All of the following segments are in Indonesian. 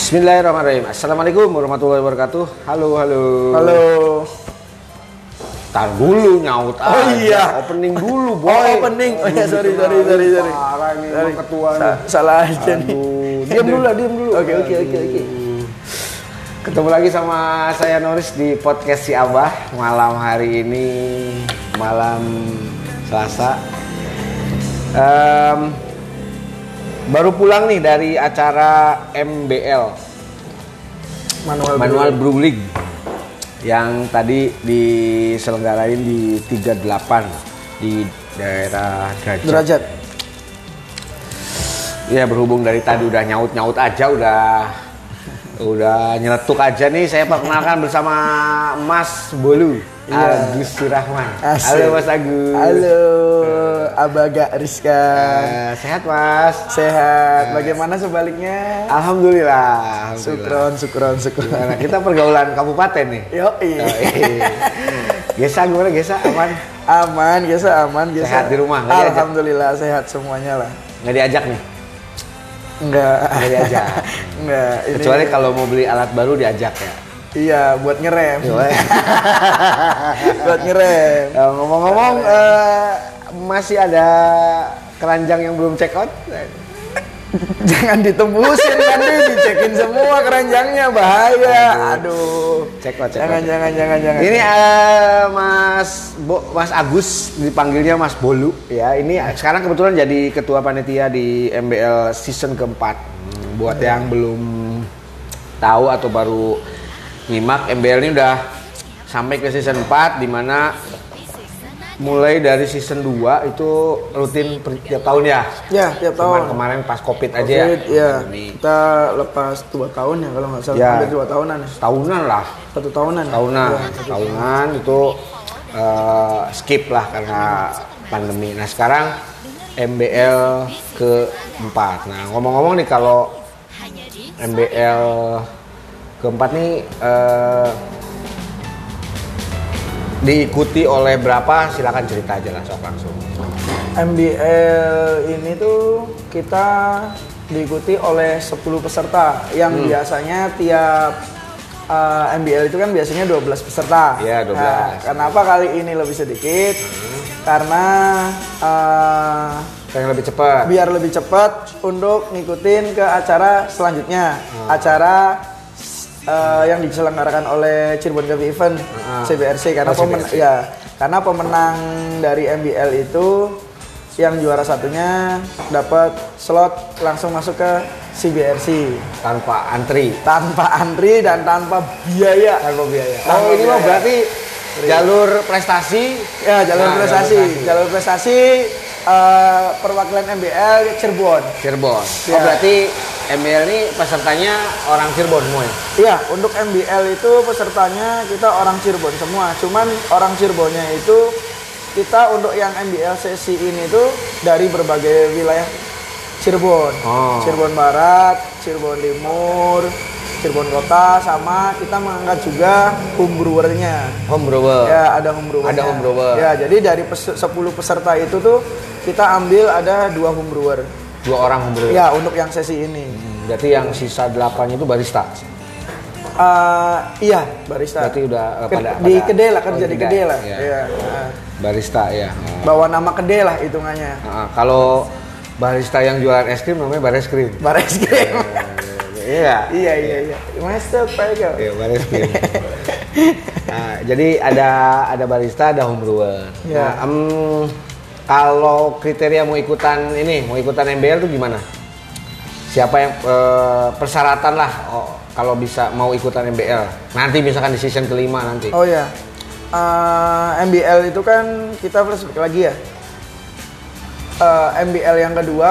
Bismillahirrahmanirrahim. Assalamualaikum warahmatullahi wabarakatuh. Halo. Halo. Tar dulu nyaut aja. Oh iya. Opening dulu, boy. Oh, opening. Oh ya, sorry. Parah ini ketua. Salah aja nih. Diam dulu. Oke. Ketemu lagi sama saya Noris di podcast Si Abah. Malam hari ini malam Selasa. Baru pulang nih dari acara MBL Manual Brew League yang tadi diselenggarain di 38 di daerah Derajat. Ya, berhubung dari tadi udah nyaut aja, udah nyeletuk aja nih, saya perkenalkan bersama Mas Bolu. Agus Surahman. Halo Mas Agus. Halo Abaga Rizka. Sehat Mas? Sehat. Bagaimana sebaliknya? Alhamdulillah. Syukron. Gimana? Kita pergaulan kabupaten nih. Yoi. Gesa gimana Gesa? Aman? Aman Gesa. Sehat di rumah? Alhamdulillah sehat semuanya lah. Nggak diajak nih? Enggak. Nggak diajak? Enggak. Kecuali kalau mau beli alat baru diajak ya? Iya, buat ngerem. Buat ngerem. Ngomong-ngomong, masih ada keranjang yang belum check out? Jangan ditembusin, nanti dicekin semua keranjangnya, bahaya. Aduh. Check out. Jangan. Ini Mas Agus, dipanggilnya Mas Bolu ya. Ini sekarang kebetulan jadi ketua panitia di MBL season keempat. Buat yang belum tahu atau baru nyimak, MBL ini udah sampai ke season 4, di mana mulai dari season 2 itu rutin tiap tahun ya? Ya, tiap tahun. Kemarin pas Covid aja ya. Kita lepas 2 tahun ya kalau nggak salah. Ya. Hampir 2 tahunan ya. Tahunan lah. 1 tahunan. Tahunan itu skip lah karena pandemi. Nah sekarang MBL keempat. Nah ngomong-ngomong nih, kalau MBL keempat nih diikuti oleh berapa? Silakan cerita aja langsung. MBL ini tuh kita diikuti oleh 10 peserta yang biasanya tiap MBL itu kan biasanya 12 peserta. Iya, 12. Nah, kenapa kali ini lebih sedikit? Karena yang lebih cepat. Biar lebih cepat untuk ngikutin ke acara selanjutnya. Acara yang diselenggarakan oleh Cirebon Coffee Event CBRC, karena karena pemenang dari MBL itu yang juara satunya dapat slot langsung masuk ke CBRC tanpa antri dan tanpa biaya. Oh, ini mah berarti jalur prestasi. Ya, jalur prestasi perwakilan MBL Cirebon. Oh, berarti MBL ini pesertanya orang Cirebon semua ya? Iya, untuk MBL itu pesertanya kita orang Cirebon semua. Cuman orang Cirebonnya itu kita untuk yang MBL sesi ini tuh dari berbagai wilayah Cirebon. Cirebon Barat, Cirebon Timur, Cirebon Kota, sama kita mengangkat juga homebrewernya. Ya, ada homebrewer. Ya, jadi dari 10 peserta itu tuh kita ambil ada 2 homebrewer. 2 orang homebrewer? Ya, untuk yang sesi ini. Berarti yang sisa 8 itu barista? Iya, barista. Berarti udah di kedai lah, kerja di kedai lah. Iya. Barista ya. Bawa nama kedai lah hitungannya. Kalau barista yang jualan es krim namanya bareskrim. Iya. Master Pego. Iya, bareskrim. Nah, jadi ada barista, ada homebrewer. Ya. Nah, kalau kriteria mau ikutan MBL tuh gimana? Siapa yang persyaratan lah kalau bisa mau ikutan MBL nanti, misalkan di season kelima nanti? Oh ya, MBL itu kan kita flashback lagi ya. MBL yang kedua,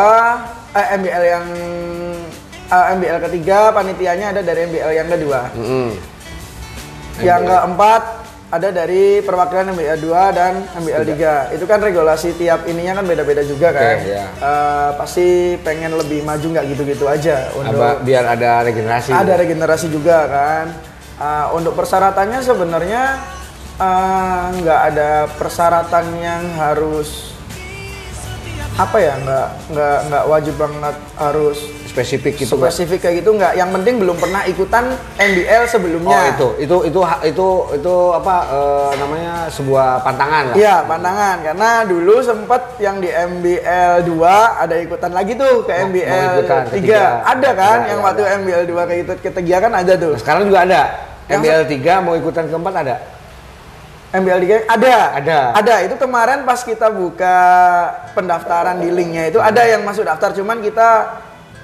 MBL ketiga panitianya ada dari MBL yang kedua. Yang keempat ada dari perwakilan MBL 2 dan MBL 3. Itu kan regulasi tiap ininya kan beda-beda juga kan. Pasti pengen lebih maju, nggak gitu-gitu aja. Biar ada regenerasi. Ada regenerasi juga kan. Untuk persyaratannya sebenarnya nggak ada persyaratan yang harus nggak wajib banget harus spesifik gitu. Spesifik kayak gitu nggak. Yang penting belum pernah ikutan MBL sebelumnya. Oh itu apa namanya sebuah pantangan lah. Iya pantangan karena dulu sempat yang di MBL 2 ada ikutan lagi tuh ke MBL 3. Ada kan yang waktu MBL 2 kayak gitu ketiga kan ada tuh. Nah, sekarang juga ada. MBL 3 mau ikutan keempat ada. MBL 3 ada. Itu kemarin pas kita buka pendaftaran di linknya itu ada yang masuk daftar, cuman kita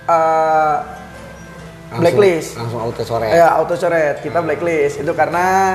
blacklist. Langsung auto coret. Ya auto coret. Kita blacklist itu karena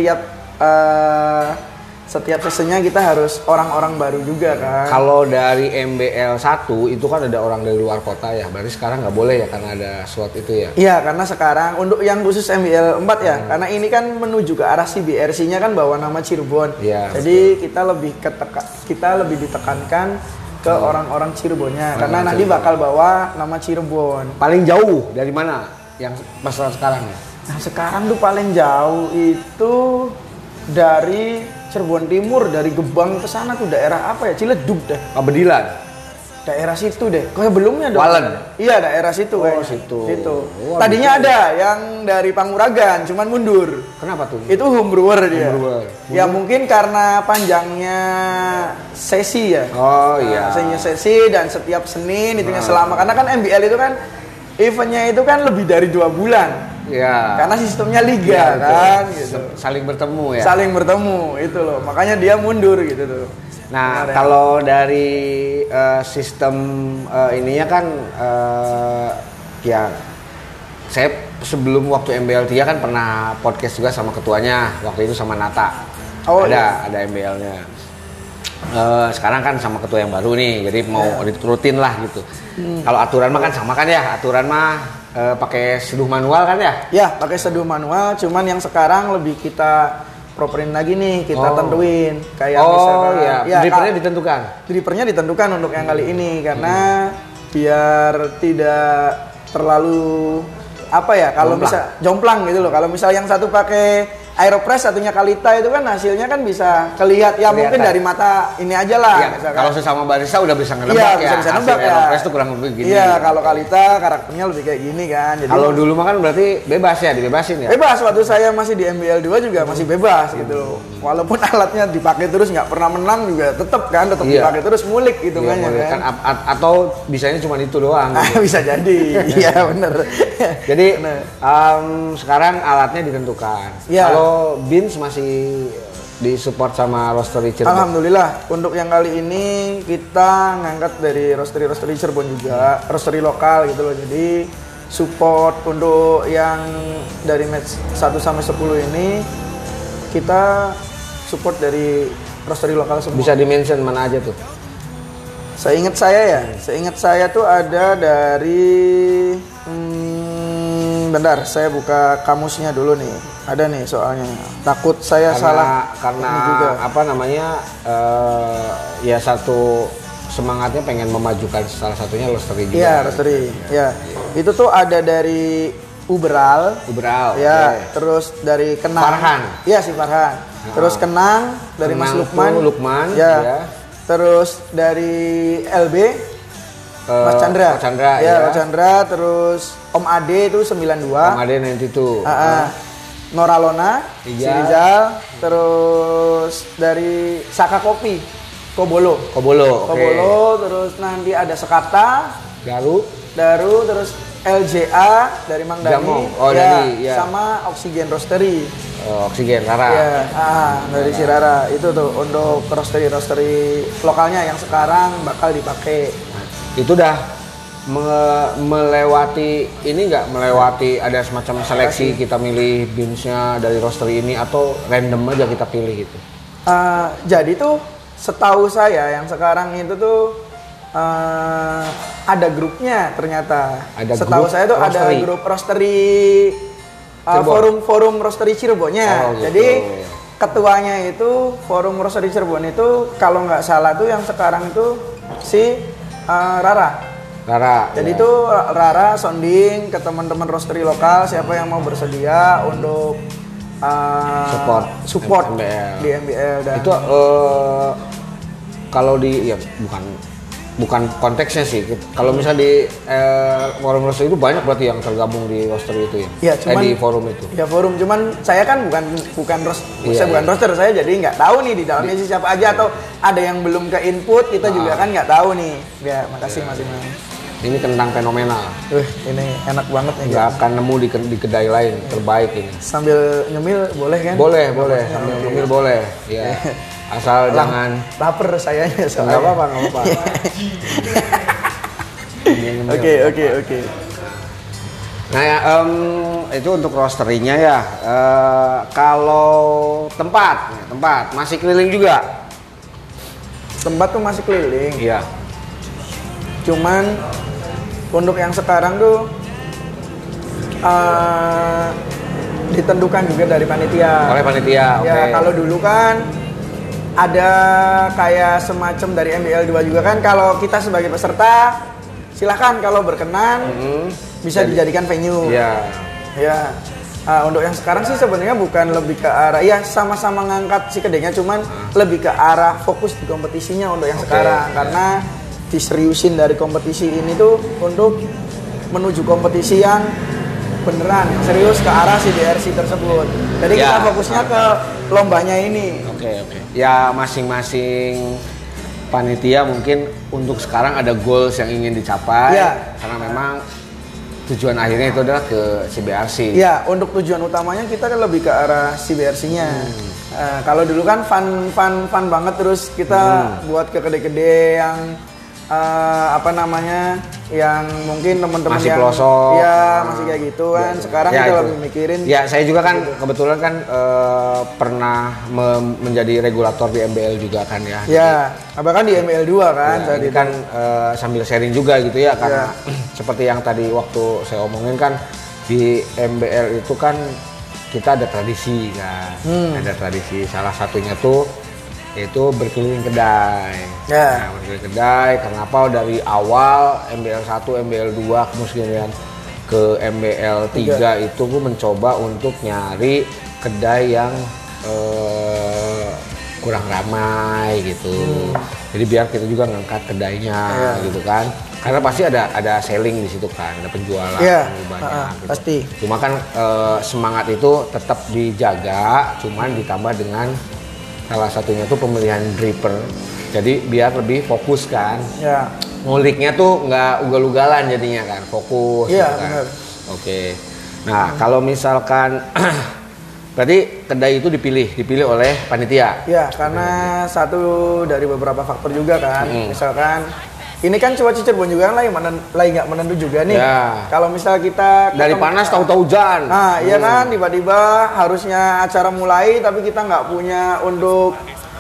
setiap sesinya kita harus orang-orang baru juga kan. Kalau dari MBL 1 itu kan ada orang dari luar kota ya. Berarti sekarang nggak boleh ya karena ada slot itu ya. Iya, karena sekarang untuk yang khusus MBL 4 ya. Karena ini kan menuju ke arah CBRC-nya kan bawa nama Cirebon. Iya. Jadi kita lebih ditekankan ke orang-orang Cirebonnya karena nanti bakal bawa nama Cirebon. Paling jauh dari mana yang masalah sekarang ya? Nah, sekarang tuh paling jauh itu dari Cirebon Timur, dari Gebang ke sana tuh daerah apa ya? Ciledug deh. Bedilan. Daerah situ deh. Kayak belumnya dong. Walen. Iya, daerah situ. Situ. Oh, tadinya ada yang dari Panguragan, cuman mundur. Kenapa tuh? Itu home brewer dia. Brewer. Ya mungkin karena panjangnya sesi ya. Oh iya. Sesi dan setiap Senin itunya selama. Karena kan MBL itu kan eventnya itu kan lebih dari 2 bulan. Ya. Karena sistemnya liga kan gitu. Saling bertemu ya. Saling bertemu itu loh. Makanya dia mundur gitu tuh. Nah, kalau dari sistem ininya kan ya saya sebelum waktu MBL 3 kan pernah podcast juga sama ketuanya waktu itu sama Nata. Oh, ada MBL-nya. Sekarang kan sama ketua yang baru nih, jadi mau rutin lah gitu. Kalau aturan mah kan sama kan ya, aturan mah pakai seduh manual kan ya? Ya, pakai seduh manual, cuman yang sekarang lebih kita properin lagi nih, kita tentuin kayak misalkan ya dripernya ditentukan. Dripernya ditentukan untuk yang kali ini karena biar tidak terlalu apa ya, kalau bisa jomplang gitu loh. Kalau misal yang satu pakai Aeropress, satunya Kalita itu kan hasilnya kan bisa kelihatan ya mungkin dari mata ini aja lah. Ya, kalau sesama barista udah bisa ngebak ya. Bisa nembak ya. Aeropress tuh kurang lebih gini. Iya, kalau Kalita karakternya lebih kayak gini kan. Kalau dulu mah kan berarti bebas ya, dibebasin ya. Bebas, waktu saya masih di MBL 2 juga masih bebas gitu loh. Walaupun alatnya dipakai terus nggak pernah menang juga tetap dipakai terus ngulik gitu kan. Atau bisanya cuma itu doang. Gitu. Bisa jadi. Iya bener. Jadi sekarang alatnya ditentukan. Ya. Kalau Beans masih disupport sama roastery Cirebon. Alhamdulillah untuk yang kali ini kita ngangkat dari roastery Cirebon juga, roastery lokal gitu loh. Jadi support untuk yang dari match 1 sampai 10 ini kita support dari roastery lokal semua. Bisa di-mention mana aja tuh? Seingat saya tuh ada dari bentar, saya buka kamusnya dulu nih. Ada nih soalnya. Takut saya salah. Karena juga. Apa namanya? Ya satu semangatnya pengen memajukan salah satunya roastery juga. Iya, roastery. Ya. Itu tuh ada dari Uberal. Ya, terus dari Kenang. Farhan. Iya, si Farhan. Terus Kenang dari Mas Lukman. Ya. Terus dari LB Mas Chandra. Mas Chandra, terus Om Ade itu 92. Om Ade 92. Noralona, Rizal, terus dari Saka Kopi, Kobolo, terus nanti ada Sekata, Daru, terus LJA dari Mang Dani, sama Oksigen Roastery. Oksigen Rara. Ya, dari si Rara itu tuh untuk roastery lokalnya yang sekarang bakal dipakai. Itu udah melewati ada semacam seleksi kita milih beansnya dari roastery ini atau random aja kita pilih gitu? Jadi tuh setahu saya yang sekarang itu tuh ada grupnya ternyata. Setahu saya tuh ada grup roastery forum roastery Cirebonnya. Gitu. Jadi ketuanya itu forum roastery Cirebon itu kalau nggak salah tuh yang sekarang itu si Rara. Jadi itu Rara sounding ke teman-teman roastery lokal siapa yang mau bersedia untuk support MBL. di MBL dan itu kalau di ya bukan bukan konteksnya sih. Kalau misalnya di forum roster itu banyak berarti yang tergabung di roster itu ya. Iya, cuman di forum itu. Ya forum, cuman saya kan bukan roster, Iya, saya bukan roster, saya jadi nggak tahu nih di dalamnya siapa aja atau ada yang belum ke input, kita juga kan nggak tahu nih. Ya, makasih Mas Imam. Ini kentang fenomenal. Ini enak banget nih. Nggak akan nemu di kedai lain terbaik ini. Sambil nyemil boleh kan? Boleh. Sambil nyemil boleh. Ya. Asal jangan lapar saya soalnya. Nggak apa-apa. Oke. Nah ya, itu untuk roasterinya ya. Kalau tempat masih keliling juga. Tempat tuh masih keliling. Iya. Cuman untuk yang sekarang tuh ditentukan juga dari panitia. Oleh panitia. Ya, kalau dulu kan ada kayak semacam dari MBL 2 juga kan, kalau kita sebagai peserta silahkan kalau berkenan bisa dijadikan venue. Iya. Ya. Untuk yang sekarang sih sebenarnya bukan lebih ke arah, ya sama-sama ngangkat si kedainya, cuman lebih ke arah fokus di kompetisinya untuk yang sekarang, karena diseriusin dari kompetisi ini tuh untuk menuju kompetisi yang beneran serius ke arah si BRC tersebut. Jadi kita fokusnya ke lombanya ini. Oke. Ya masing-masing panitia mungkin untuk sekarang ada goals yang ingin dicapai. Karena memang tujuan akhirnya itu adalah ke CBRC. Ya, untuk tujuan utamanya kita kan lebih ke arah CBRC-nya. Kalau dulu kan fun banget, terus kita buat ke kedai-kedai yang yang mungkin teman-teman masih yang pelosok, masih kayak gitu kan. Sekarang kita lebih mikirin. Ya, saya juga kan kebetulan kan pernah menjadi regulator di MBL juga kan ya. Ya, bahkan di MBL 2 kan. Ini kan sambil sharing juga gitu ya, karena seperti yang tadi waktu saya omongin kan, di MBL itu kan kita ada tradisi kan. Ada tradisi, salah satunya tuh itu berkeliling kedai. Berkeliling kedai, kenapa dari awal MBL 1, MBL 2, kemudian ke MBL 3 itu gue mencoba untuk nyari kedai yang kurang ramai gitu. Jadi biar kita juga ngangkat kedainya gitu kan. Karena pasti ada selling di situ kan, ada penjualan banyak gitu. Pasti. Cuma kan semangat itu tetap dijaga, cuman ditambah dengan salah satunya tuh pemilihan dripper, jadi biar lebih fokus kan. Nguliknya tuh nggak ugal-ugalan jadinya kan, fokus gitu kan. Oke. Nah kalau misalkan berarti kedai itu dipilih oleh panitia. Ya, karena satu dari beberapa faktor juga kan. Misalkan ini kan cuaca Cirebon juga kan lagi nggak menentu juga nih. Kalau misal kita dari panas tahu-tahu hujan. Nah, iya kan, tiba-tiba harusnya acara mulai tapi kita nggak punya untuk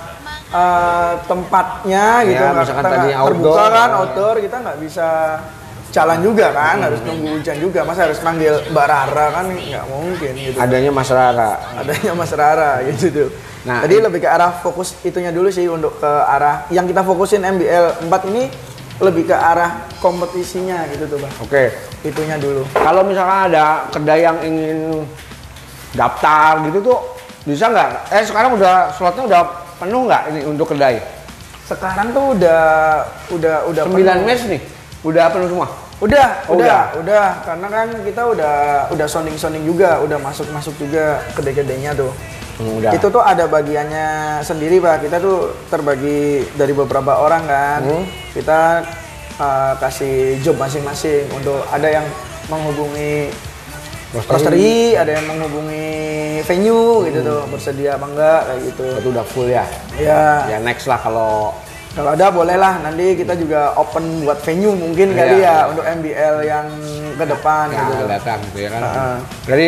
tempatnya gitu, misalkan tadi terbuka kan, outdoor, kita nggak bisa jalan juga kan, harus nunggu hujan juga. Masa harus manggil Mbak Rara kan nggak mungkin gitu. Adanya Mas Rara gitu tuh. Nah, jadi lebih ke arah fokus itunya dulu sih, untuk ke arah yang kita fokusin MBL 4 ini lebih ke arah kompetisinya gitu tuh Bang. Oke. Itunya dulu. Kalau misalkan ada kedai yang ingin daftar gitu tuh bisa nggak? Sekarang slotnya udah penuh nggak ini untuk kedai? Sekarang tuh udah 9 mes nih, udah penuh semua? Udah. Karena kan kita udah sounding juga, udah masuk juga kedai-kedainya tuh. Itu tuh ada bagiannya sendiri Pak. Kita tuh terbagi dari beberapa orang kan. Kita kasih job masing-masing, untuk ada yang menghubungi roastery, ada yang menghubungi venue gitu tuh, bersedia apa enggak kayak gitu. Itu udah full ya? Ya Next lah kalau ada boleh lah, nanti kita juga open buat venue mungkin kali ya, untuk MBL yang ke depan gitu. Datang gitu ya kan. Jadi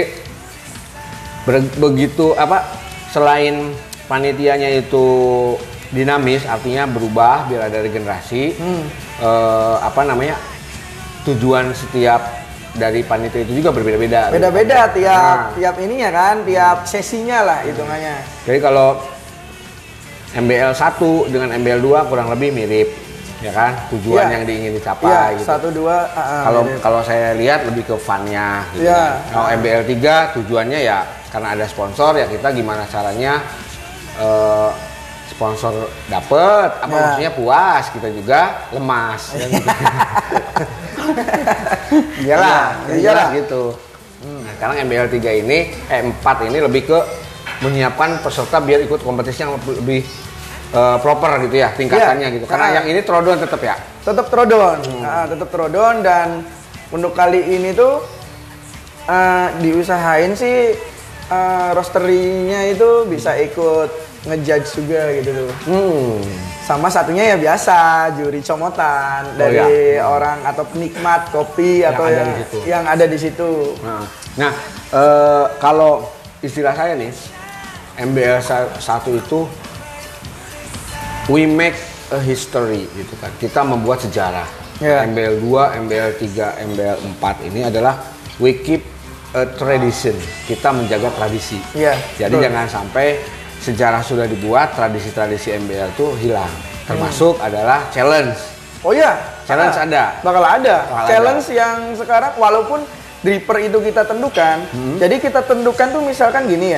begitu selain panitianya itu dinamis, artinya berubah biar ada regenerasi. Tujuan setiap dari panitia itu juga berbeda-beda. Beda-beda tiap ininya kan, tiap sesinya lah hitungannya. Jadi kalau MBL 1 dengan MBL 2 kurang lebih mirip, ya kan? Tujuan yang diingin dicapai gitu. 1, 2 kalau saya lihat lebih ke fun-nya gitu. Kalau MBL 3 tujuannya ya karena ada sponsor, ya kita gimana caranya sponsor dapet, apa maksudnya puas, kita juga lemas. Iyalah gitu. Nah, sekarang MBL 3 ini, 4 ini lebih ke menyiapkan peserta biar ikut kompetisi yang lebih proper gitu ya tingkatannya gitu. Karena yang ini trodon tetap ya. Tetap trodon, tetap trodon, dan untuk kali ini tuh diusahain sih rosternya itu bisa ikut ngejudge juga gitu tuh. Sama satunya ya biasa juri comotan dari orang atau penikmat kopi atau yang ada di situ. Nah, kalau istilah saya nih MBL 1 itu we make a history gitu kan. Kita membuat sejarah. MBL 2, MBL 3, MBL 4 ini adalah we keep a tradition. Kita menjaga tradisi. Jadi jangan sampai sejarah sudah dibuat, tradisi-tradisi MBL itu hilang. Termasuk adalah challenge. Oh iya, challenge ada. Bakal ada. Challenge yang sekarang walaupun dripper itu kita tentukan. Jadi kita tentukan tuh misalkan gini ya.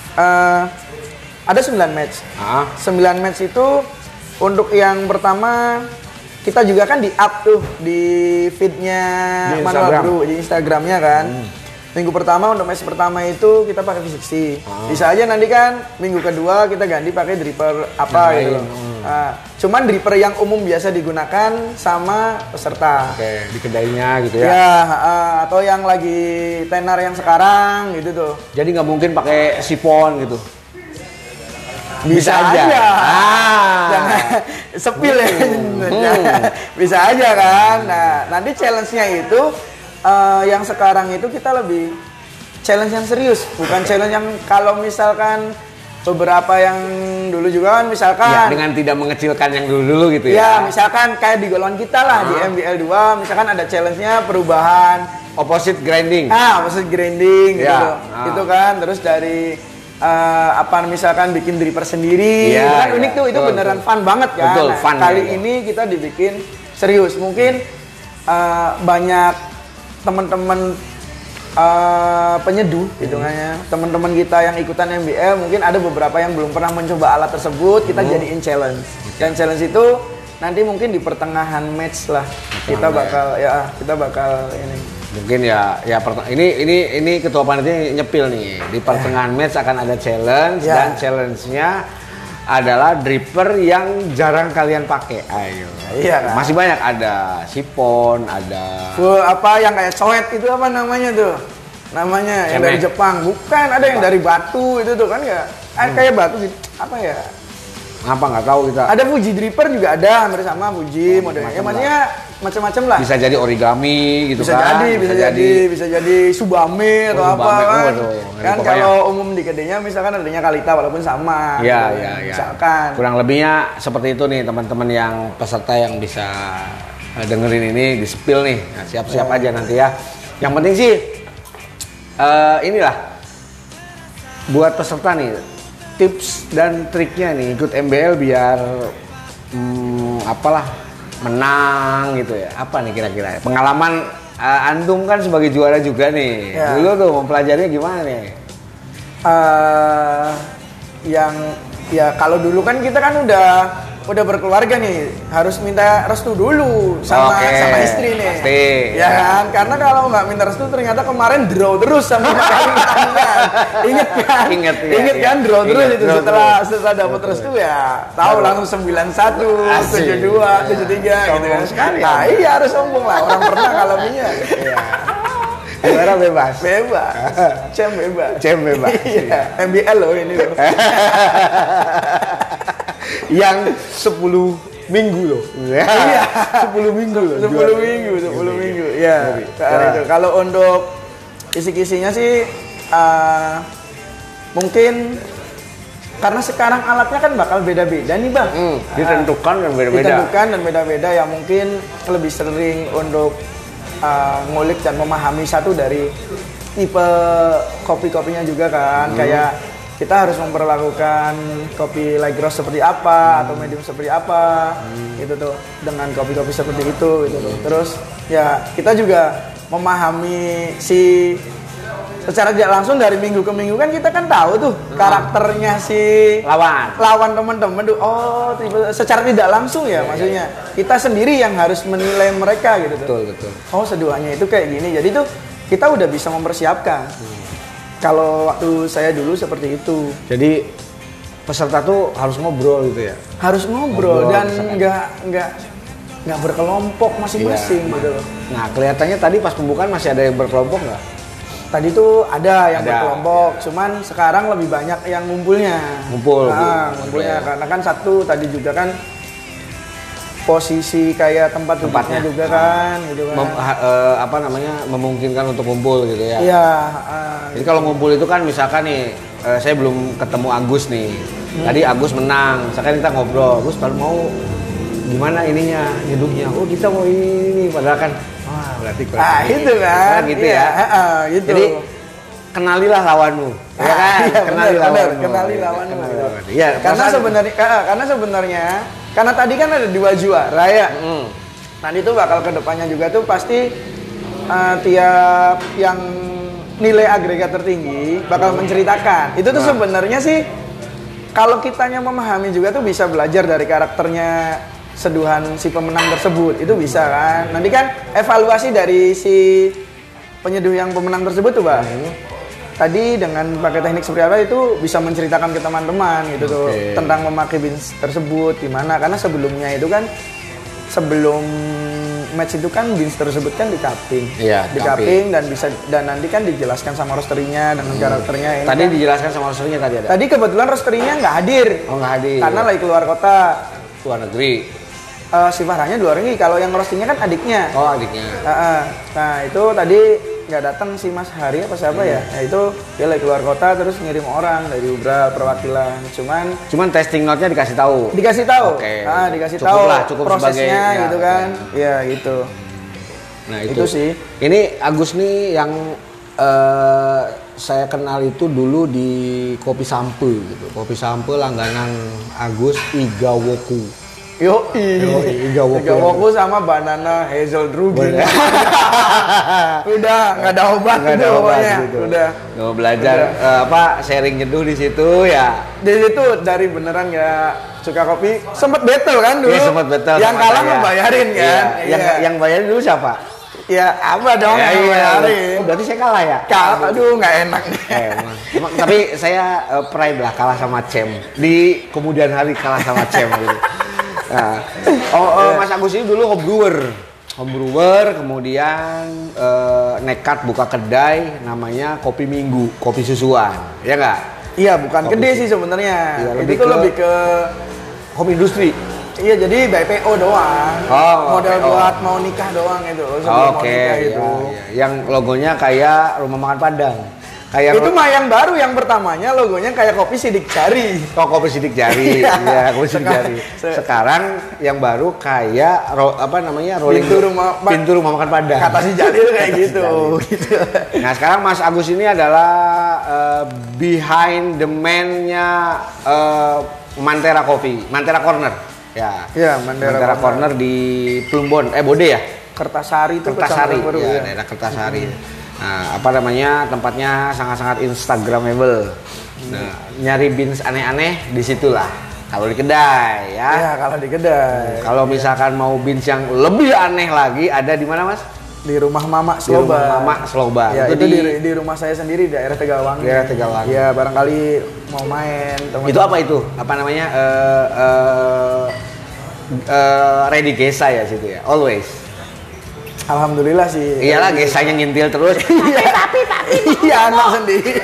Ada 9 match. 9 match itu untuk yang pertama kita juga kan di up tuh di feednya Manual Bro di Instagramnya kan. Minggu pertama untuk match pertama itu kita pakai V60. Bisa aja nanti kan minggu kedua kita ganti pakai dripper apa gitu. Cuman dripper yang umum biasa digunakan sama peserta. Oke, di kedainya gitu ya. Ya, atau yang lagi tenar yang sekarang gitu tuh. Jadi nggak mungkin pakai sipon gitu. Bisa aja. Jangan sepil ya. Bisa aja kan. Nah, nanti challenge-nya itu yang sekarang itu kita lebih challenge yang serius, bukan challenge yang kalau misalkan beberapa yang dulu juga kan misalkan ya, dengan tidak mengecilkan yang dulu gitu ya. Ya, misalkan kayak di golongan kita lah di MBL 2 misalkan ada challenge-nya perubahan opposite grinding. Opposite grinding gitu. Gitu kan. Terus dari apa misalkan bikin dripper sendiri, itu kan unik tuh, itu beneran fun banget kan. Betul, fun kali ini kita dibikin serius. Mungkin banyak teman-teman penyeduh hitungannya, teman-teman kita yang ikutan MBL mungkin ada beberapa yang belum pernah mencoba alat tersebut, kita jadiin challenge. Dan challenge itu nanti mungkin di pertengahan match lah kita bakal ini. Mungkin ini ketua panitia nyepil nih di pertengahan match akan ada challenge dan challenge-nya adalah dripper yang jarang kalian pakai. Ayo. Iya kan? Masih banyak ada sipon, ada apa yang kayak coet itu apa namanya tuh? Namanya yang dari Jepang. Bukan, ada yang dari batu itu tuh kan ya. Kayak batu gitu. Apa ya? Apa nggak tahu kita. Ada Fuji dripper juga ada, hampir sama Fuji modelnya. Maksudnya macam-macam lah. Bisa jadi origami gitu kan. Bisa jadi subame atau apa kan. Kan kalau umum di kedainya misalkan adanya Kalita walaupun sama. Iya. Misalkan. Kurang lebihnya seperti itu nih teman-teman yang peserta yang bisa dengerin ini di spill nih. Nah, siap-siap aja nanti ya. Yang penting sih inilah buat peserta nih. Tips dan triknya nih ikut MBL biar menang gitu ya. Apa nih kira-kira? Pengalaman antum kan sebagai juara juga nih. Dulu tuh mempelajarinya gimana nih? Kalau dulu kan kita kan udah berkeluarga nih, harus minta restu dulu sama istri nih. Pasti. Ya kan? Karena kalau nggak minta restu ternyata kemarin draw terus sama Ingat kan draw terus itu setelah dapat restu ya. Tahu langsung 91, 72, 73 gitu kan. Nah, iya harus sombong lah. Orang pernah ngalaminnya. Juara bebas. Cem bebas. Iya. MBL loh ini loh. Yang 10 minggu loh. Iya. 10 minggu loh. 10 minggu. Ya. Kalau untuk kisi-kisinya sih mungkin karena sekarang alatnya kan bakal beda-beda nih Bang. Ditentukan dan beda-beda. Ya mungkin lebih sering untuk ngulik dan memahami satu dari tipe kopi-kopinya juga kan. Kayak kita harus memperlakukan kopi light roast seperti apa atau medium seperti apa gitu tuh dengan kopi-kopi seperti itu gitu tuh. Terus ya kita juga memahami si secara tidak langsung dari minggu ke minggu kan kita kan tahu tuh karakternya si lawan teman-teman tuh. Oh, secara tidak langsung ya maksudnya. Kita sendiri yang harus menilai mereka gitu tuh. Betul. Oh, seduhannya itu kayak gini. Jadi tuh kita udah bisa mempersiapkan. Kalau waktu saya dulu seperti itu. Jadi peserta tuh harus ngobrol gitu ya. Harus ngobrol dan nggak berkelompok masing-masing gitu loh. Nah, kelihatannya tadi pas pembukaan masih ada yang berkelompok nggak? Tadi tuh ada yang berkelompok, cuman sekarang lebih banyak yang ngumpulnya. Ngumpulnya karena kan satu tadi juga kan posisi kayak tempatnya juga kan, gitu kan. Memungkinkan untuk ngumpul gitu ya. Iya. Jadi kalau ngumpul itu kan misalkan nih, saya belum ketemu Agus nih. Tadi Agus menang, misalkan kita ngobrol, Agus kalau mau gimana ininya, nyeduhnya. Oh kita mau ini, padahal kan. Wah, berarti itu kan. Gitu ya. Gitu. Jadi kenalilah lawanmu, ya kan? Kenali lawanmu. Iya. Karena sebenarnya karena tadi kan ada 2 juara ya. Nanti tuh bakal kedepannya juga tuh pasti tiap yang nilai agregat tertinggi bakal menceritakan. Itu tuh sebenarnya sih kalau kitanya memahami juga tuh bisa belajar dari karakternya seduhan si pemenang tersebut, itu bisa kan. Nanti kan evaluasi dari si penyeduh yang pemenang tersebut tuh Bang. Tadi dengan pakai teknik seperti apa itu bisa menceritakan ke teman-teman gitu tuh tentang memakai bins tersebut gimana, karena sebelumnya itu kan sebelum match itu kan bins tersebut kan di cupping. Iya, di cupping dan nanti kan dijelaskan sama rosternya dengan karakternya. Tadi kan dijelaskan sama rosternya tadi ada. Tadi kebetulan rosternya nggak hadir. Oh, nggak hadir. Karena lagi keluar kota. Luar negeri. Si Farahnya luar negeri. Kalau yang roastingnya kan adiknya. Oh, adiknya. Nah itu tadi nggak datang si Mas Hari apa siapa ya? Nah itu dia lagi keluar kota terus ngirim orang dari Ubra perwakilan. Cuman testing note-nya dikasih tahu. Dikasih tahu. Oke. Dikasih cukup tahu lah, cukup prosesnya sebagai, gitu kan. Iya gitu. Nah itu sih. Ini Agus nih yang saya kenal itu dulu di Kopi Sampe gitu. Kopi Sampe langganan Agus Igawoku. Iga Woku sama banana hazel drugi. Udah nggak ada obat gitu pokoknya. Gitu. Udah. Mau belajar sharing nyeduh di situ ya. Di situ dari beneran nggak suka kopi, sempet battle kan dulu. Iya, sempet battle. Yang kalah ngebayarin kan. Iya. Yang bayarin dulu siapa? Ya apa dong yang bayarin. Berarti saya kalah ya? Kalah, aduh nggak enak nih. Tapi saya pride lah kalah sama Cem. Di kemudian hari kalah sama Cem gitu. Nah, Mas Agus ini dulu homebrewer, kemudian nekat buka kedai namanya Kopi Minggu, kopi susuan, ya nggak? Iya, bukan kedai sih sebenarnya. Ya, itu lebih ke kopi industri. Iya, jadi by PO doang. Model PO. Buat mau nikah doang itu. Mau nikah itu. Ya. Yang logonya kayak rumah makan Padang. Itu mah yang baru, yang pertamanya logonya kayak kopi sidik jari. Oh, kopi sidik jari. Iya, kopi sidik jari. Sekarang yang baru kayak rolling pintu rumah makan Padang. Kata si Jali itu kayak gitu. Nah, sekarang Mas Agus ini adalah behind the man-nya Mantera Coffee, Mantera Corner. Ya. Iya, Mantera Corner di Plumbon, Bode ya? Kertasari itu Kertasari. Ya, daerah Kertasari. Nah, tempatnya sangat-sangat instagramable. Nah, nyari beans aneh-aneh disitulah. Kalau di kedai ya. Iya, kalau di kedai. Kalau misalkan mau beans yang lebih aneh lagi ada di mana, Mas? Di rumah Mama Sloba. Di rumah Mama Sloba. Ya, itu di rumah saya sendiri di daerah Tegawangi. Daerah Tegawangi. Iya, barangkali mau main teman. Itu apa itu? Apa namanya? Ready Gesa ya situ ya. Always. Alhamdulillah sih. Iyalah, gesanya nyentil terus. Tapi. Iya, anak sendiri.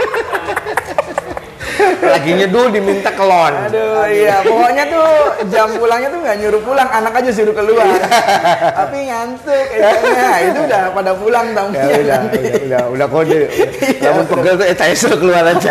Lagi nyeduh diminta kelon. Aduh, iya. Pokoknya tuh jam pulangnya tuh nggak nyuruh pulang, anak aja suruh keluar. Tapi ngantuk kayaknya. Itu udah pada pulang tamunya. Ya, udah kode. Namun pegel tuh saya suruh keluar aja.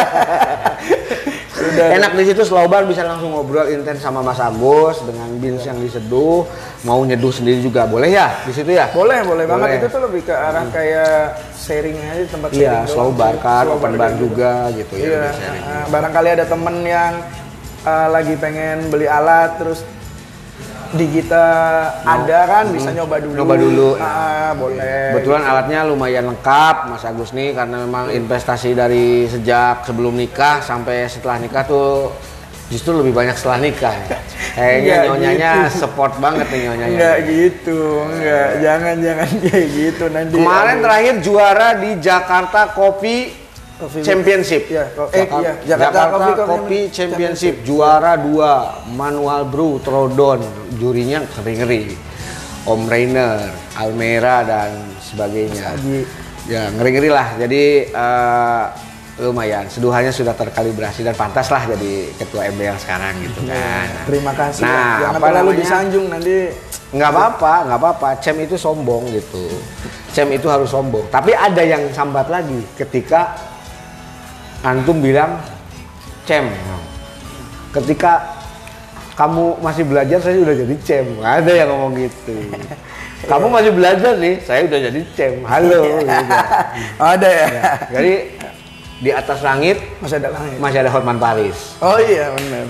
Enak di situ, slow bar, bisa langsung ngobrol intens sama Mas Agus dengan beans yang diseduh. Mau nyeduh sendiri juga boleh ya di situ ya? Boleh banget. Itu tuh lebih ke arah kayak sharing aja, tempat sharing. Iya, slow bar kan, open bar juga gitu ya. Barangkali ada temen yang lagi pengen beli alat terus di kita ada kan bisa nyoba dulu. Nyoba dulu. Boleh. Kebetulan alatnya lumayan lengkap Mas Agus nih karena memang investasi dari sejak sebelum nikah sampai setelah nikah tuh justru lebih banyak setelah nikah. Kayaknya nyonyanya gitu. Support banget nih nyonyanya. Enggak gitu, enggak. Jangan kayak gitu nanti. Kemarin terakhir juara di Jakarta Kopi Championship. Ya, Jakarta Kopi Championship juara 2 manual brew Trodon, jurinya ngeri-ngeri. Om Rainer, Almera dan sebagainya. Ya, ngeri-ngeri lah. Jadi lumayan, seduhannya sudah terkalibrasi dan pantas lah jadi ketua MBL sekarang gitu kan. Terima kasih. Nah, jangan terlalu disanjung nanti. Nggak apa-apa. Cem itu sombong gitu. Cem itu harus sombong. Tapi ada yang sambat lagi ketika antum bilang, Cem, ketika kamu masih belajar saya udah jadi Cem. Ada yang ngomong gitu. Kamu masih belajar nih, saya udah jadi Cem. Halo. Gitu. Ada ya? Jadi di atas langit masih ada Hotman Paris. Oh iya benar.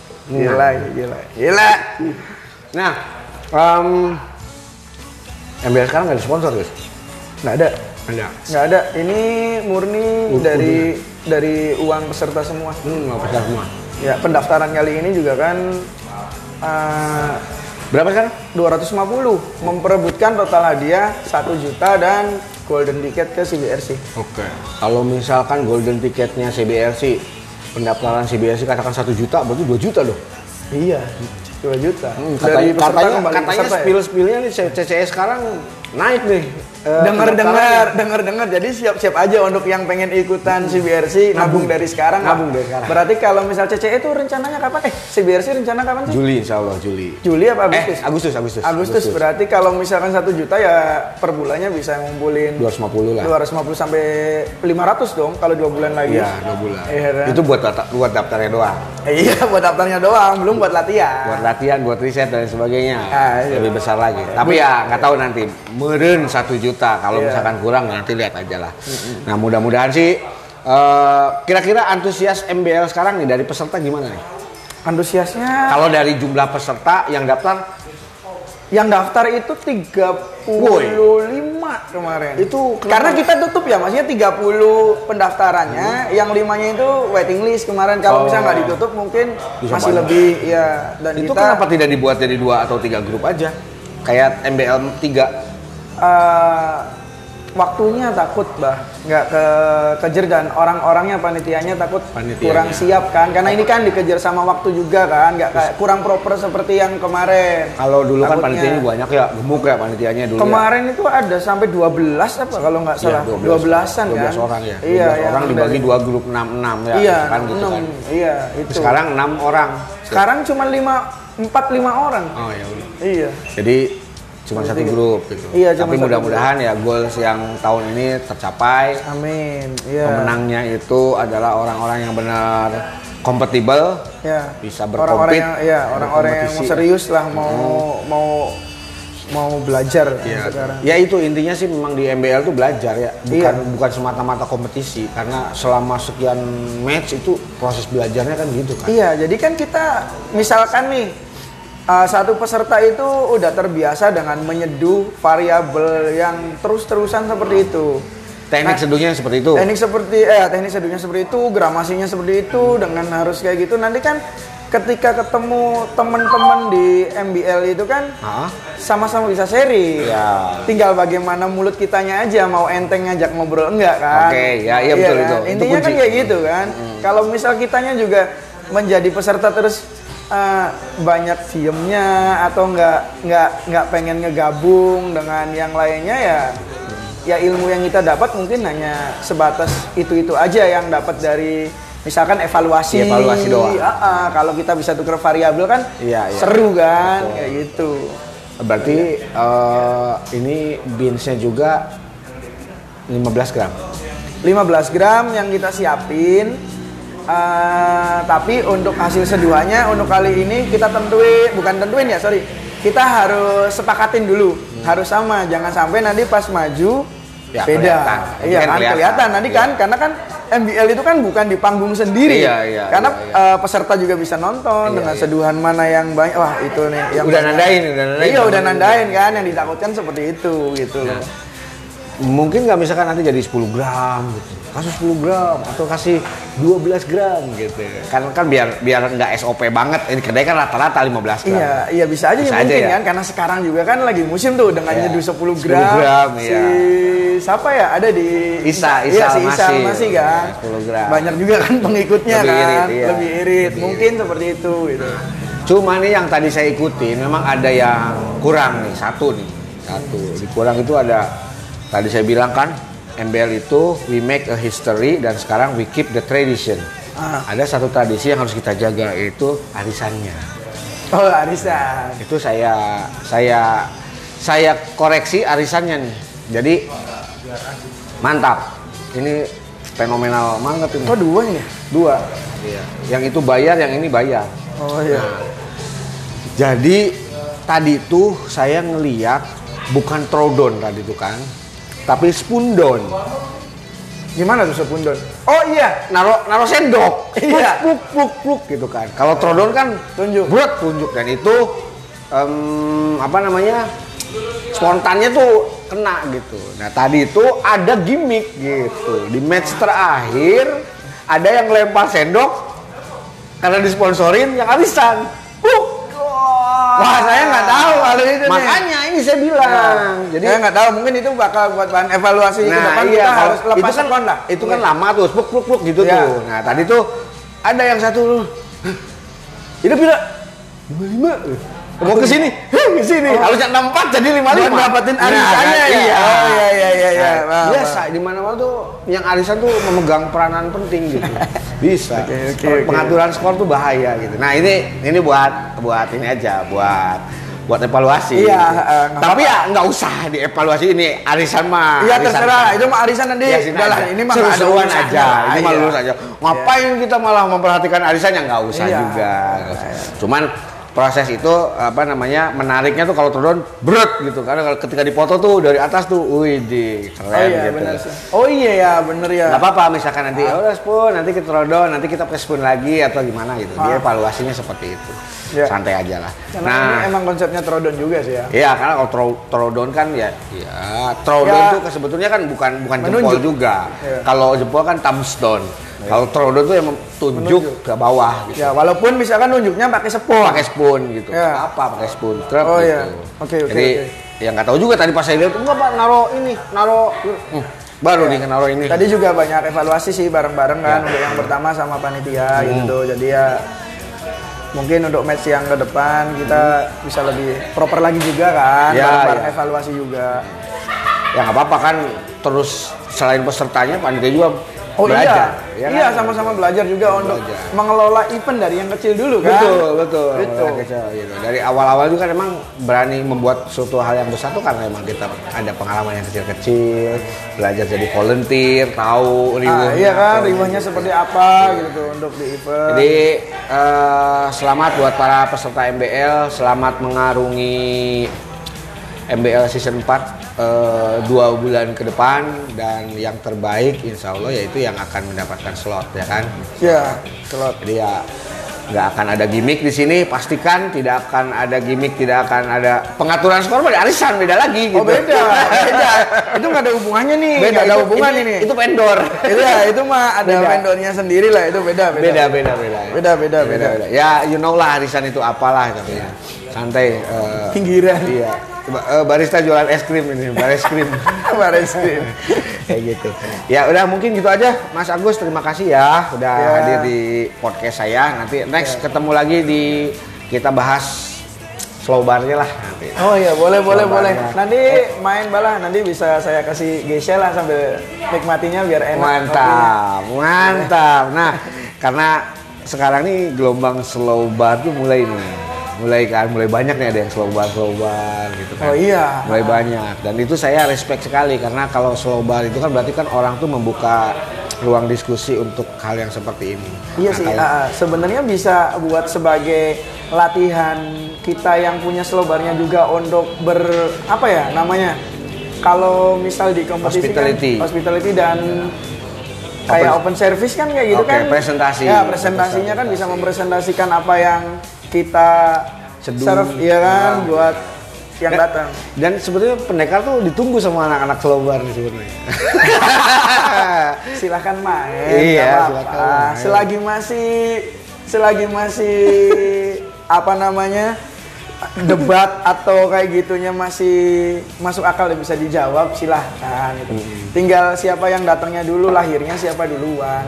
Gila. Nah, MBL sekarang nggak ada sponsor guys? Nggak ada. Ini murni dari uang peserta semua. Uang peserta semua. Ya, pendaftaran kali ini juga kan berapa sekarang? 250 memperebutkan total hadiah 1 juta dan golden ticket ke CBRC. Oke. Kalau misalkan golden ticketnya CBRC, pendaftaran CBRC katakan 1 juta, berarti 2 juta loh. Iya, 2 juta. Katanya spill-spillnya nih CCS sekarang naik nih. Dengar. Jadi siap-siap aja untuk yang pengen ikutan CBRC nabung dari sekarang. Berarti kalau misal CCE itu rencananya kapan? CBRC rencana kapan sih? Juli, insyaallah Juli. Juli apa Agustus? Agustus. Berarti kalau misalkan 1 juta ya per bulannya bisa ngumpulin 250 lah. 250 sampai 500 dong kalau 2 bulan lagi. Iya, 2 bulan. Kan? Itu buat daftarnya doang. Iya, buat daftarnya doang, belum buat latihan. Buat latihan, buat riset dan sebagainya. Lebih besar lagi. Tapi ya nggak tahu nanti. Meren 1 juta. Kalau misalkan kurang nanti lihat aja lah. Nah, mudah-mudahan sih kira-kira antusias MBL sekarang nih dari peserta gimana nih? Antusiasnya kalau dari jumlah peserta yang daftar itu 35 kemarin. Itu karena kita tutup ya, maksudnya 30 pendaftarannya, yang 5-nya itu waiting list kemarin. Kalau misalnya nggak ditutup mungkin masih lebih ya. Dan itu kenapa tidak dibuat jadi 2 atau 3 grup aja? Kayak MBL 3. Waktunya takut nggak kekejar, dan orang-orangnya panitianya takut kurang siap kan, karena ini kan dikejar sama waktu juga kan, nggak kayak kurang proper seperti yang kemarin. Kalau dulu kan panitianya banyak ya, gemuk ya panitianya dulu. Kemarin itu ada sampai 12 apa kalau nggak salah, 12-an kan. 12 orang ya. 12 orang dibagi 2 grup 6 ya. Iya, kan gitu 6, kan. Iya, itu. Sekarang 6 orang. Sekarang cuma 4-5 orang. Oh ya udah. Iya. Jadi cuma 1 grup gitu. Iya, tapi mudah-mudahan ya goals yang tahun ini tercapai. Amin. Iya. Pemenangnya itu adalah orang-orang yang benar kompatibel, ya. Bisa berkompet. Orang-orang yang mau serius lah, mau belajar sekarang. Ya itu intinya sih memang di MBL tuh belajar ya, bukan semata-mata kompetisi, karena selama sekian match itu proses belajarnya kan gitu kan. Iya, jadi kan kita misalkan nih satu peserta itu udah terbiasa dengan menyeduh variabel yang terus-terusan seperti itu. Teknik seduhnya seperti itu. Teknik seduhnya seperti itu, gramasinya seperti itu, dengan harus kayak gitu. Nanti kan ketika ketemu teman-teman di MBL itu kan sama-sama bisa sharing. Ya. Tinggal bagaimana mulut kitanya aja, mau enteng ngajak ngobrol enggak kan? Oke, iya betul kan? itu. Intinya kan kayak gitu kan. Kalau misal kitanya juga menjadi peserta terus banyak diemnya atau nggak pengen ngegabung dengan yang lainnya, ya ilmu yang kita dapat mungkin hanya sebatas itu aja yang dapat dari misalkan evaluasi doang. Kalau kita bisa tukar variabel kan seru kan. Betul. Kayak gitu. Berarti ini beansnya juga 15 gram. 15 gram yang kita siapin. Tapi untuk hasil seduhannya untuk kali ini kita kita harus sepakatin dulu, harus sama, jangan sampai nanti pas maju Ya, beda. kelihatan. Iya kan kelihatan nanti kan karena kan MBL itu kan bukan di panggung sendiri. Karena peserta juga bisa nonton dengan seduhan mana yang banyak. Wah, itu nih yang udah nandain. Iya, udah nandain kan yang ditakutkan seperti itu gitu. Nah, mungkin nggak misalkan nanti jadi 10 gram gitu. Kasih 10 gram atau kasih 12 gram gitu. Kan biar nggak SOP banget. Ini kedai kan rata-rata 15 gram. Iya bisa aja mungkin kan karena sekarang juga kan lagi musim tuh dengan nyeduh 10 gram. Siapa ya ada di Isa masih kan. 10 gram. Banyak juga kan pengikutnya lebih irit. Mungkin irit. seperti itu gitu. Cuma nih yang tadi saya ikutin memang ada yang kurang nih, satu. Di kurang itu ada tadi saya bilang kan MBL itu we make a history dan sekarang we keep the tradition. Ada satu tradisi yang harus kita jaga yaitu arisannya. Oh, arisan. Itu saya koreksi arisannya nih. Jadi mantap. Ini fenomenal banget ini. Oh, dua ini? Dua. Iya. Yang itu bayar, yang ini bayar. Oh iya. Nah, jadi tadi tuh saya ngeliat bukan trodon tadi tuh kan, tapi spundon. Gimana tuh spundon? Oh iya, naro sendok. Iya. Pluk gitu kan. Kalau trodon kan tunjuk dan itu spontannya tuh kena gitu. Nah tadi itu ada gimmick gitu di match terakhir ada yang lempar sendok karena disponsorin yang arisan. Wah saya nggak tahu kalau itu. Makanya ini saya bilang. Jadi saya nggak tahu mungkin itu bakal buat bahan evaluasi ke depan kita harus lepas sekon lah. Itu kan lama tuh, pluk gitu tuh. Nah tadi tuh ada yang satu itu bila 55 mau ke sini, harusnya 64 jadi 55. Buat dapatin arisannya ya. Oh iya. Biasa di mana-mana tuh yang arisan tuh memegang peranan penting gitu. Bisa. Pengaturan skor tuh bahaya gitu. Nah, ini buat ini aja, buat evaluasi. Iya, tapi ya nggak usah dievaluasi ini arisan mah. Iya terserah, itu mah arisan nanti. Udah ini mah seru-seruan aja. Ini mah lulus aja. Ngapain kita malah memperhatikan arisan yang nggak usah juga. Cuman proses itu menariknya tuh kalau trodon berat gitu karena kalau ketika dipoto tuh dari atas tuh wih keren gitu. Bener sih. Oh iya ya bener ya. Nggak apa-apa misalkan nanti udah spoon nanti kita trodon nanti kita pakai spoon lagi atau gimana gitu. Dia evaluasinya seperti itu. Santai aja lah. Karena ini emang konsepnya trodon juga sih ya. Iya karena kalau trodon kan trodon tuh sebetulnya kan bukan jempol juga. Kalau jempol kan thumbs down. Kalau trodon tuh yang tunjuk ke bawah gitu. Ya, walaupun misalkan nunjuknya pakai spoon. Pakai spoon gitu. Apa pakai spoon trap gitu. Iya. Oke. Jadi yang nggak tahu juga tadi pas saya lihat enggak Pak naro baru nih naro ini. Tadi juga banyak evaluasi sih bareng-bareng kan untuk yang pertama sama panitia gitu. Jadi ya mungkin untuk match yang ke depan kita bisa lebih proper lagi juga kan. Bareng-bareng evaluasi juga. Ya nggak apa-apa kan terus selain pesertanya panitia juga belajar. Iya, sama-sama belajar juga untuk mengelola event dari yang kecil dulu kan. Betul. Kecil, gitu. Dari awal-awal juga kan emang berani membuat suatu hal yang besar tuh karena emang kita ada pengalaman yang kecil-kecil, belajar jadi volunteer, tahu riwahnya. Iya kan, riwahnya seperti apa gitu untuk di event. Jadi selamat buat para peserta MBL, selamat mengarungi MBL season 4 2 bulan ke depan dan yang terbaik insya Allah yaitu yang akan mendapatkan slot ya kan? Iya slot. Jadi ya nggak akan ada gimmick di sini, pastikan tidak akan ada gimmick, tidak akan ada pengaturan skor pada arisan beda lagi gitu. Oh beda. Itu nggak ada hubungannya nih. Beda ada hubungan ini. Itu vendor. Itu mah ada vendornya sendiri lah itu beda. Beda. Ya you know lah arisan itu apalah tapi santai. Pinggiran. Iya. Barista jualan es krim ini, baris krim. Kayak gitu. Ya udah mungkin gitu aja Mas Agus, terima kasih ya udah hadir di podcast saya. Nanti next ketemu lagi kita bahas slow bar-nya lah nanti. Oh iya, boleh. Nanti main balah, nanti bisa saya kasih geisha lah sambil nikmatinya biar enak. Mantap. Nah, karena sekarang nih gelombang slow bar tuh mulai banyak nih, ada yang slow bar gitu kan. Oh iya. Mulai banyak dan itu saya respect sekali karena kalau slow bar itu kan berarti kan orang tuh membuka ruang diskusi untuk hal yang seperti ini. Iya sih, sebenarnya bisa buat sebagai latihan kita yang punya slow barnya juga untuk kalau misal di kompetisi hospitality dan kayak open service kan kayak gitu kan. Presentasi. Ya, presentasinya kan bisa mempresentasikan apa yang kita serve, ya kan, buat yang datang. Dan sebetulnya pendekar tuh ditunggu sama anak-anak Slobar sebenarnya. Silahkan main. Iya, silakan main. Selagi masih apa namanya? Debat atau kayak gitunya masih masuk akal dan bisa dijawab, silahkan gitu. Tinggal siapa yang datangnya dulu, lahirnya siapa duluan.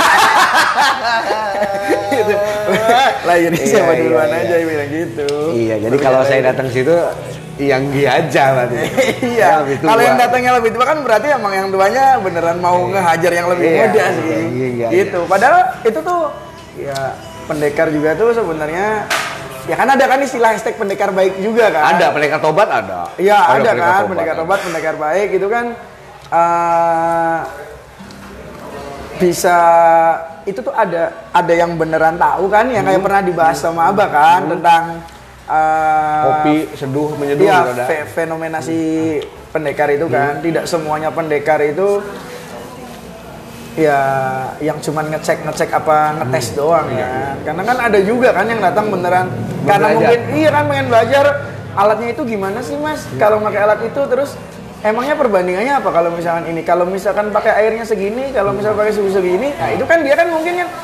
Gitu. Lahirnya siapa duluan aja bilang gitu. Iya, jadi kalau saya datang situ yang dia aja berarti. Iya. Kalau yang datangnya lebih tua kan berarti emang yang tuanya beneran mau ngehajar yang lebih muda sih. Gitu. Padahal itu tuh ya pendekar juga tuh sebenarnya ya kan ada kan istilah hashtag pendekar baik juga kan? Ada, pendekar tobat ada. Iya ada kan, pendekar tobat, pendekar baik itu kan bisa itu tuh ada yang beneran tahu kan, yang kayak pernah dibahas sama Abah kan tentang kopi seduh menyeduh iya, ada. Fenomena si pendekar itu kan, tidak semuanya pendekar itu ya yang cuman ngecek apa ngetes doang kan. Karena kan ada juga kan yang datang beneran karena mungkin iya kan pengen belajar alatnya itu gimana sih Mas? Kalau pakai alat itu terus emangnya perbandingannya apa kalau misalkan ini? Kalau misalkan pakai airnya segini, kalau misalkan pakai suhu segini, nah itu kan dia kan mungkin kan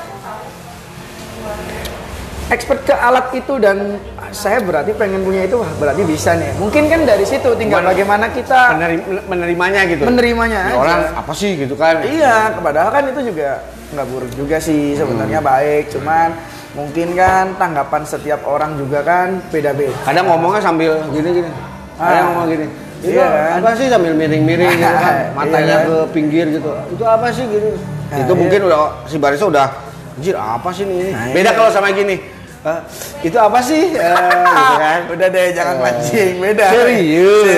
expert ke alat itu dan saya berarti pengen punya itu, wah berarti bisa nih. Mungkin kan dari situ tinggal bagaimana kita menerimanya gitu. Menerimanya aja. Orang apa sih gitu kan? Iya, padahal kan itu juga nggak buruk juga sih sebenarnya baik. Cuman mungkin kan tanggapan setiap orang juga kan beda-beda. Kadang ngomongnya sambil gini-gini. Kadang ngomong gini. Itu kan? apa sih sambil miring-miring gitu kan? Matanya ke pinggir gitu. Itu apa sih gitu? Itu mungkin udah si Barisa udah anjir apa sih ini? Beda kalau sama gini. Itu apa sih? Gitu kan? Udah deh, jangan mancing. Beda. Serius.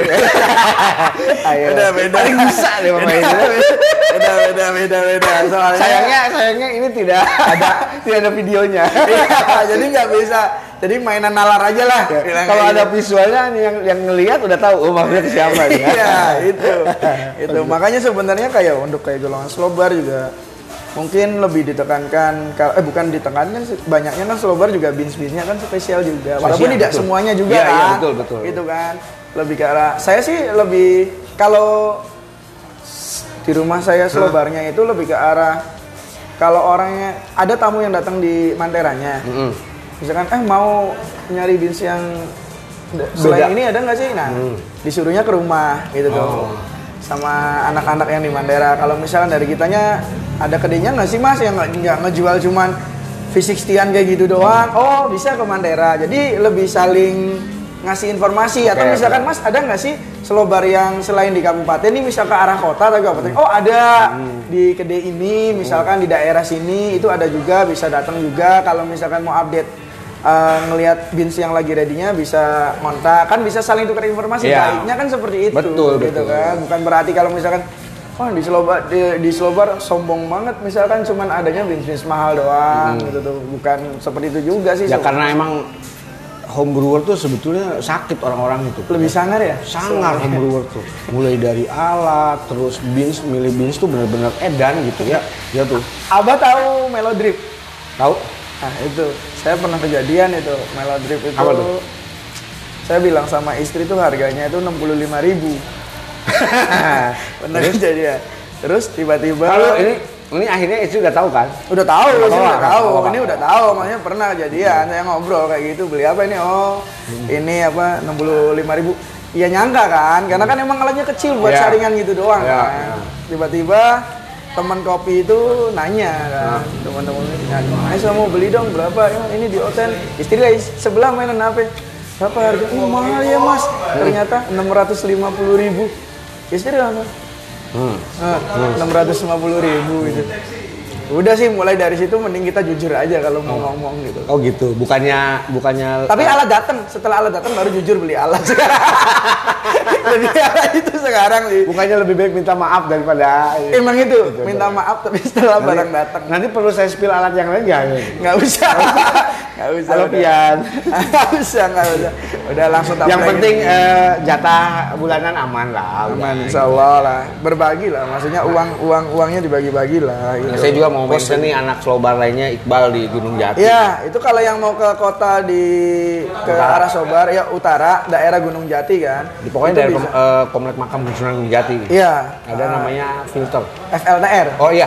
Ayo. Beda. Paling bisa deh Mama itu. Beda. Soalnya sayangnya ini tidak ada videonya. Iya, jadi nggak bisa. Jadi mainan nalar aja lah. Kalau ada visualnya yang ngelihat udah tahu maksudnya siapa ya. Iya, itu. Makanya sebenarnya kayak untuk kayak golongan Slobar juga mungkin lebih ditekankan, bukan ditekankan sih, banyaknya kan Slobar juga beans-beansnya kan spesial juga, walaupun tidak semuanya juga kan, iya, betul. Gitu kan, lebih ke arah, saya sih lebih, kalau di rumah saya Slobarnya itu lebih ke arah, kalau orangnya, ada tamu yang datang di Manteranya, misalkan, mau nyari beans yang selain ini ada nggak sih, nah disuruhnya ke rumah, gitu tuh. Sama anak-anak yang di Mandera. Kalau misalkan dari kitanya ada kedainya nggak sih Mas yang nggak ngejual cuman V60-an kayak gitu doang? Oh bisa ke Mandera. Jadi lebih saling ngasih informasi. Atau misalkan Mas ada nggak sih Slobar yang selain di kabupaten ini misal ke arah kota atau kabupaten? Oh ada di kedai ini, misalkan di daerah sini itu ada juga, bisa datang juga. Kalau misalkan mau update ngelihat beans yang lagi ready-nya bisa kontak, kan bisa saling tukar informasi. Baiknya kan seperti itu. Betul. Kan bukan berarti kalau misalkan di Slobar sombong banget misalkan cuman adanya beans mahal doang gitu tuh, bukan seperti itu juga sih. Ya karena emang home brewer tuh sebetulnya sakit orang-orang itu. Lebih sangar ya? Sangar home brewer tuh. Mulai dari alat, terus milih beans tuh benar-benar edan gitu ya. Ya tuh. Abah tahu Melodrip? Tahu? Nah itu, saya pernah kejadian itu, Melodrip itu. Apa tuh? Saya bilang sama istri tuh harganya itu 65.000. Pernah kejadian. Terus tiba-tiba. Kalau ini akhirnya istri udah tahu kan? Udah tahu. Ini udah tahu, makanya pernah kejadian. Saya ngobrol kayak gitu, beli apa ini? Ini apa 65.000. Iya nyangka kan, karena kan emang alatnya kecil buat saringan gitu doang kan. Tiba-tiba teman kopi itu nanya kan, teman-teman ini nanya, saya mau beli dong berapa? Ini di hotel, istri lagi sebelah mainan apa? Berapa harga? Mahal ya Mas, ternyata 650.000. Istri apa? 650.000 gitu. Udah sih mulai dari situ mending kita jujur aja kalau mau ngomong gitu. Oh gitu, bukannya. Tapi alat datang, setelah alat datang baru jujur beli alat. Lebih alat itu sekarang sih. Bukannya lebih baik minta maaf daripada. Emang itu minta maaf tapi setelah barang datang. Nanti perlu saya spill alat yang lain nggak? Nggak usah. Nggak usah. Halo Pian. Nggak usah. Udah langsung tak Yang play. penting jatah bulanan aman lah. Aman, insya Allah lah. Berbagi lah, maksudnya uangnya dibagi-bagi lah. Gitu. Nah, saya juga mau mention nih anak Slobar lainnya Iqbal di Gunung Jati. Ya, itu kalau yang mau ke kota ke arah Sobar ya utara, daerah Gunung Jati kan. Pokoknya itu dari bisa. Komplek Makam Sunan Gunung Jati. Iya. Ada namanya filter. FLTR. Oh iya.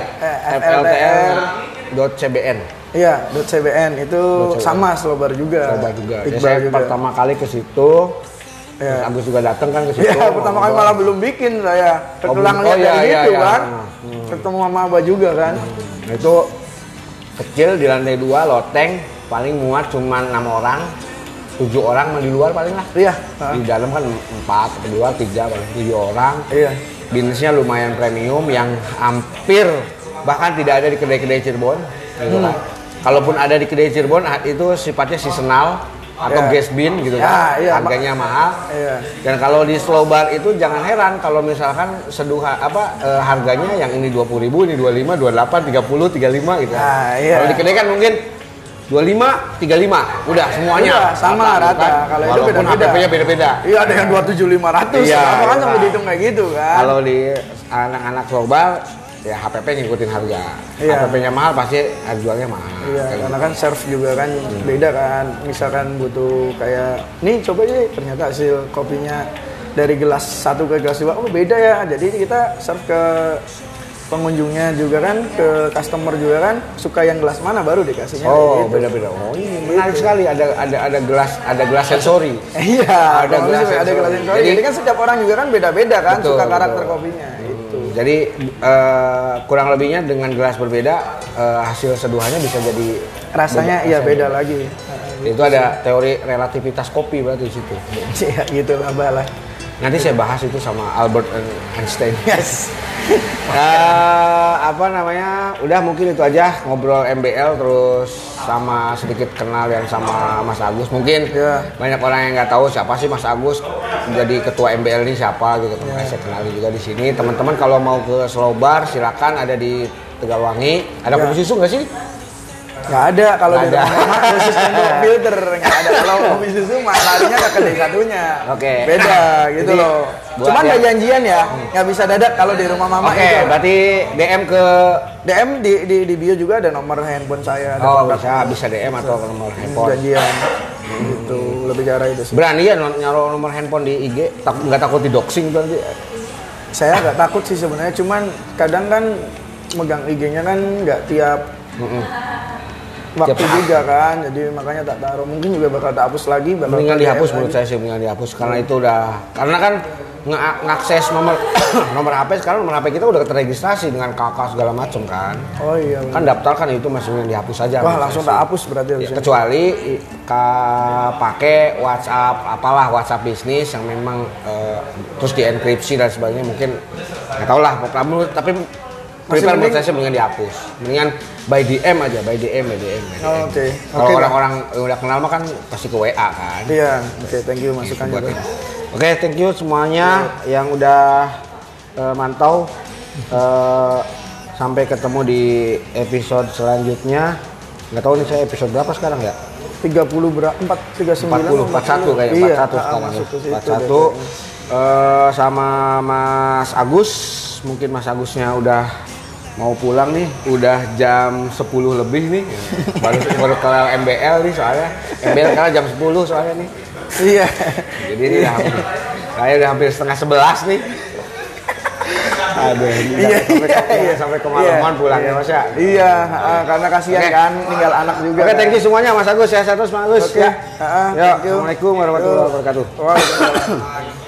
FLTR. FLTR.cbn. Iya, .cbn itu sama Slobar juga. Slobar juga. Ya, Iqbal saya juga. pertama kali ke situ. Ya. Agus juga datang kan ke situ. Iya, pertama kali malah belum bikin saya. Ketulang lihat dari itu kan. Ketemu sama Abah juga kan. Nah, itu kecil di lantai 2 loteng, paling muat cuma 6 orang. 7 orang di luar paling lah. Iya. Di dalam kan 4, di luar 3, paling 7 orang. Iya. Binusnya lumayan premium yang hampir bahkan tidak ada di kedai-kedai Cirebon. Gitu kan. Kalaupun ada di kedai Cirebon itu sifatnya seasonal atau gas bin gitu kan. Iya. Harganya mahal. Iya. Dan kalau di Slow Bar itu jangan heran kalau misalkan harganya yang ini 20.000, ini 25, 28, 30, 35 gitu. Nah, iya. Kalau di kedai kan mungkin 25, 35, udah semuanya Iya, sama rata. kan? Kalau itu Walaupun beda-beda. HPP-nya beda-beda. Iya, ada yang 27.500. Iya, Apa kan iya. sampai dihitung kayak gitu kan. Kalau di anak-anak Slow Bar ya HPP ngikutin harga. Iya. HPP-nya mahal pasti jualnya mahal. Iya, karena kan serve juga kan beda kan. Misalkan butuh kayak, nih coba aja ternyata hasil kopinya dari gelas 1 ke gelas 2, oh beda ya. Jadi kita serve ke pengunjungnya juga kan, ke customer juga kan, suka yang gelas mana baru dikasihnya. Oh, gitu. beda-beda. Oh, ini menarik sekali ada gelas sensori. Iya, Ada gelas ada gelas sensori. sensori. Jadi kan setiap orang juga kan beda-beda kan, Betul, suka karakter betul. kopinya. Itu. Jadi kurang lebihnya dengan gelas berbeda hasil seduhannya bisa jadi Rasanya iya beda lagi. Itu ada teori relativitas kopi berarti di situ. Iya, gitu lah balah. Nanti saya bahas itu sama Albert Einstein. Yes. Udah mungkin itu aja ngobrol MBL terus sama sedikit kenal yang sama Mas Agus. Mungkin banyak orang yang nggak tahu siapa sih Mas Agus jadi ketua MBL ini siapa gitu. Saya kenali juga di sini. Teman-teman kalau mau ke Slow Bar silakan ada di Tegalwangi. Ada kopi susu nggak sih? Nggak ada kalau di rumah mama khusus untuk filter nggak ada. Kalau kopi susu mah larinya ke kedai satunya. Oke. Beda gitu Jadi, loh. buat Cuman yang- ada janjian ya, nggak bisa dadak kalau di rumah mama Oke, itu. berarti DM ke DM di bio juga ada nomor handphone saya. Ada oh kontak. bisa DM atau ke nomor handphone. Janjian. Gitu, lebih ke arah itu sih. Berani ya nyaruh nomor handphone di IG? Nggak takut di doxing berarti? Saya nggak takut sih sebenarnya, cuman kadang kan megang IG-nya kan nggak tiap waktu Tiap juga kan, jadi makanya tak taruh. Mungkin juga bakal tak hapus lagi. Mendingan dihapus menurut saya sih, mendingan dihapus karena itu udah karena kan ngakses nomor HP sekarang nomor HP kita udah terregistrasi dengan kakak segala macam kan. Oh iya. Kan daftar kan itu masih mending dihapus saja. Wah langsung tak hapus berarti Ya, harusnya. kecuali pakai WhatsApp bisnis yang memang terus dienkripsi dan sebagainya mungkin nggak tahu lah pokoknya tapi prefer menurut saya sih mendingan dihapus mendingan by DM aja by DM. Oh, oke. Kalau Oke, orang-orang yang udah kenal mah kan pasti ke WA kan. Iya, oke, thank you masukan Buat juga. ini. Oke, thank you semuanya yang udah mantau. Sampai ketemu di episode selanjutnya. Nggak tahu nih saya episode berapa sekarang ya? 30 berapa? 39 41 kayaknya, 41 sekarang ya. masuk ke situ 41 sama Mas Agus. Mungkin Mas Agusnya udah mau pulang nih, udah jam 10 lebih nih. Baru kelar MBL nih soalnya. MBL kelar jam 10 soalnya nih. Iya. Jadi ini saya udah hampir setengah 11 nih. Aduh, sampai kemalaman pulangnya Mas ya. Iya, karena kasihan Oke. kan tinggal anak juga. Oke, thank you semuanya Mas Agus, sehat terus Mas Agus. Oke. Ya. Thank you. Assalamualaikum warahmatullahi wabarakatuh. Waalaikumsalam.